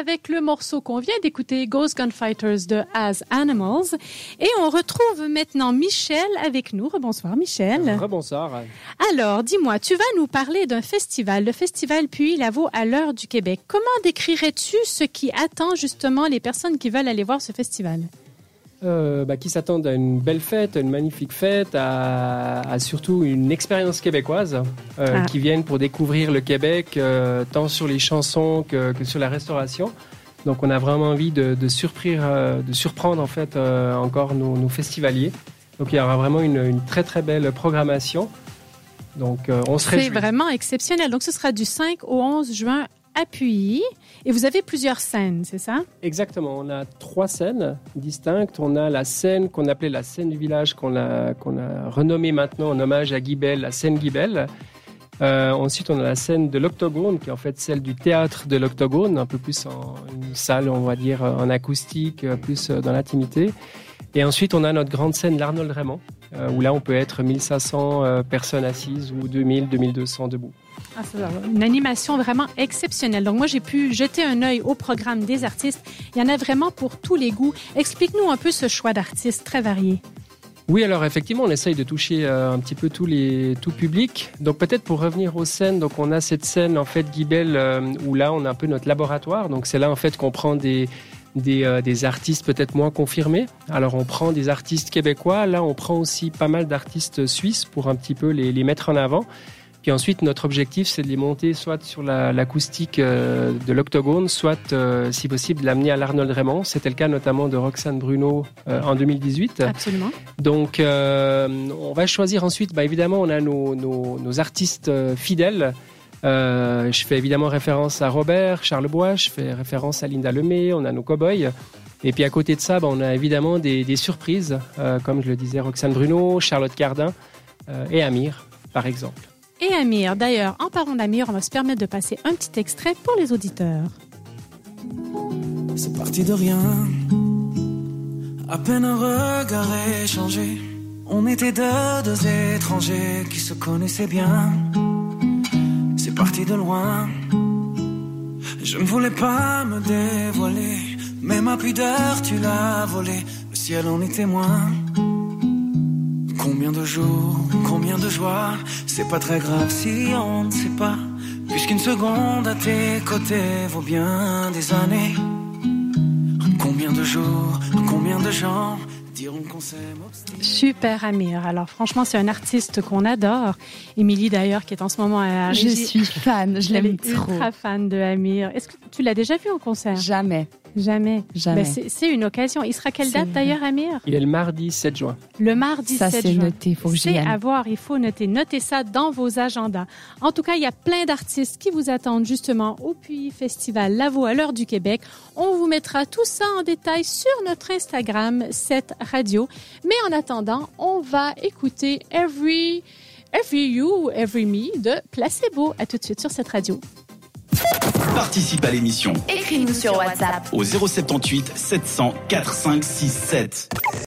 avec le morceau qu'on vient d'écouter, Ghost Gunfighters de As Animals. Et on retrouve maintenant Michel avec nous. Rebonsoir Michel. Rebonsoir. Alors, dis-moi, tu vas nous parler d'un festival, le Festival Puy-Lavaux à l'heure du Québec. Comment décrirais-tu ce qui attend justement les personnes qui veulent aller voir ce festival? Qui s'attendent à une belle fête, à une magnifique fête, à surtout une expérience québécoise, qui viennent pour découvrir le Québec, tant sur les chansons que sur la restauration. Donc on a vraiment envie de surprendre en fait encore nos festivaliers. Donc il y aura vraiment une très très belle programmation. Donc on se réjouit. C'est vraiment exceptionnel. Donc ce sera du 5 au 11 juin à Puy. Et vous avez plusieurs scènes, c'est ça? Exactement. On a 3 scènes distinctes. On a la scène qu'on appelait la scène du village, qu'on a renommée maintenant en hommage à Guy Bell, la scène Guy Bell. Ensuite, on a la scène de l'Octogone, qui est en fait celle du théâtre de l'Octogone, un peu plus en une salle, on va dire, en acoustique, plus dans l'intimité. Et ensuite, on a notre grande scène, l'Arnold Raymond, où là, on peut être 1500 personnes assises ou 2000, 2200 debout. Ah, c'est une animation vraiment exceptionnelle. Donc, moi, j'ai pu jeter un œil au programme des artistes. Il y en a vraiment pour tous les goûts. Explique-nous un peu ce choix d'artistes très variés. Oui, alors effectivement, on essaye de toucher un petit peu tout public. Donc peut-être pour revenir aux scènes, donc on a cette scène en fait Guy Bell où là on a un peu notre laboratoire. Donc c'est là en fait qu'on prend des artistes peut-être moins confirmés. Alors on prend des artistes québécois, là on prend aussi pas mal d'artistes suisses pour un petit peu les mettre en avant. Puis ensuite, notre objectif, c'est de les monter soit sur l'acoustique de l'Octogone, soit, si possible, de l'amener à l'Arnold Raymond. C'était le cas notamment de Roxane Bruno en 2018. Absolument. Donc, on va choisir ensuite, évidemment, on a nos artistes fidèles. Je fais évidemment référence à Robert Charlebois, je fais référence à Linda Lemay, on a nos cow-boys. Et puis à côté de ça, on a évidemment des surprises, comme je le disais, Roxane Bruno, Charlotte Cardin et Amir, par exemple. Et Amir, d'ailleurs, en parlant d'Amir, on va se permettre de passer un petit extrait pour les auditeurs. C'est parti de rien, à peine un regard échangé. On était deux étrangers qui se connaissaient bien. C'est parti de loin, je ne voulais pas me dévoiler, mais ma pudeur tu l'as volée, le ciel en est témoin. Combien de jours, combien de joies, c'est pas très grave si on ne sait pas, puisqu'une seconde à tes côtés vaut bien des années. Combien de jours, combien de gens diront qu'on s'aime. Super Amir. Alors franchement, c'est un artiste qu'on adore. Émilie d'ailleurs, qui est en ce moment à la régie. Je suis fan, je l'aime trop. Ultra fan de Amir. Est-ce que tu l'as déjà vu en concert? Jamais. Jamais. C'est une occasion. Il sera quelle date d'ailleurs, Amir? Il est le mardi 7 juin. Le mardi 7 juin. Ça, c'est noté, il faut que j'y aille. C'est à voir, il faut noter. Notez ça dans vos agendas. En tout cas, il y a plein d'artistes qui vous attendent justement au Puy Festival Lavaux à l'heure du Québec. On vous mettra tout ça en détail sur notre Instagram, cette radio. Mais en attendant, on va écouter Every You, Every Me de Placebo. À tout de suite sur cette radio. Participe à l'émission. Écris-nous sur WhatsApp Au 078 700 4567.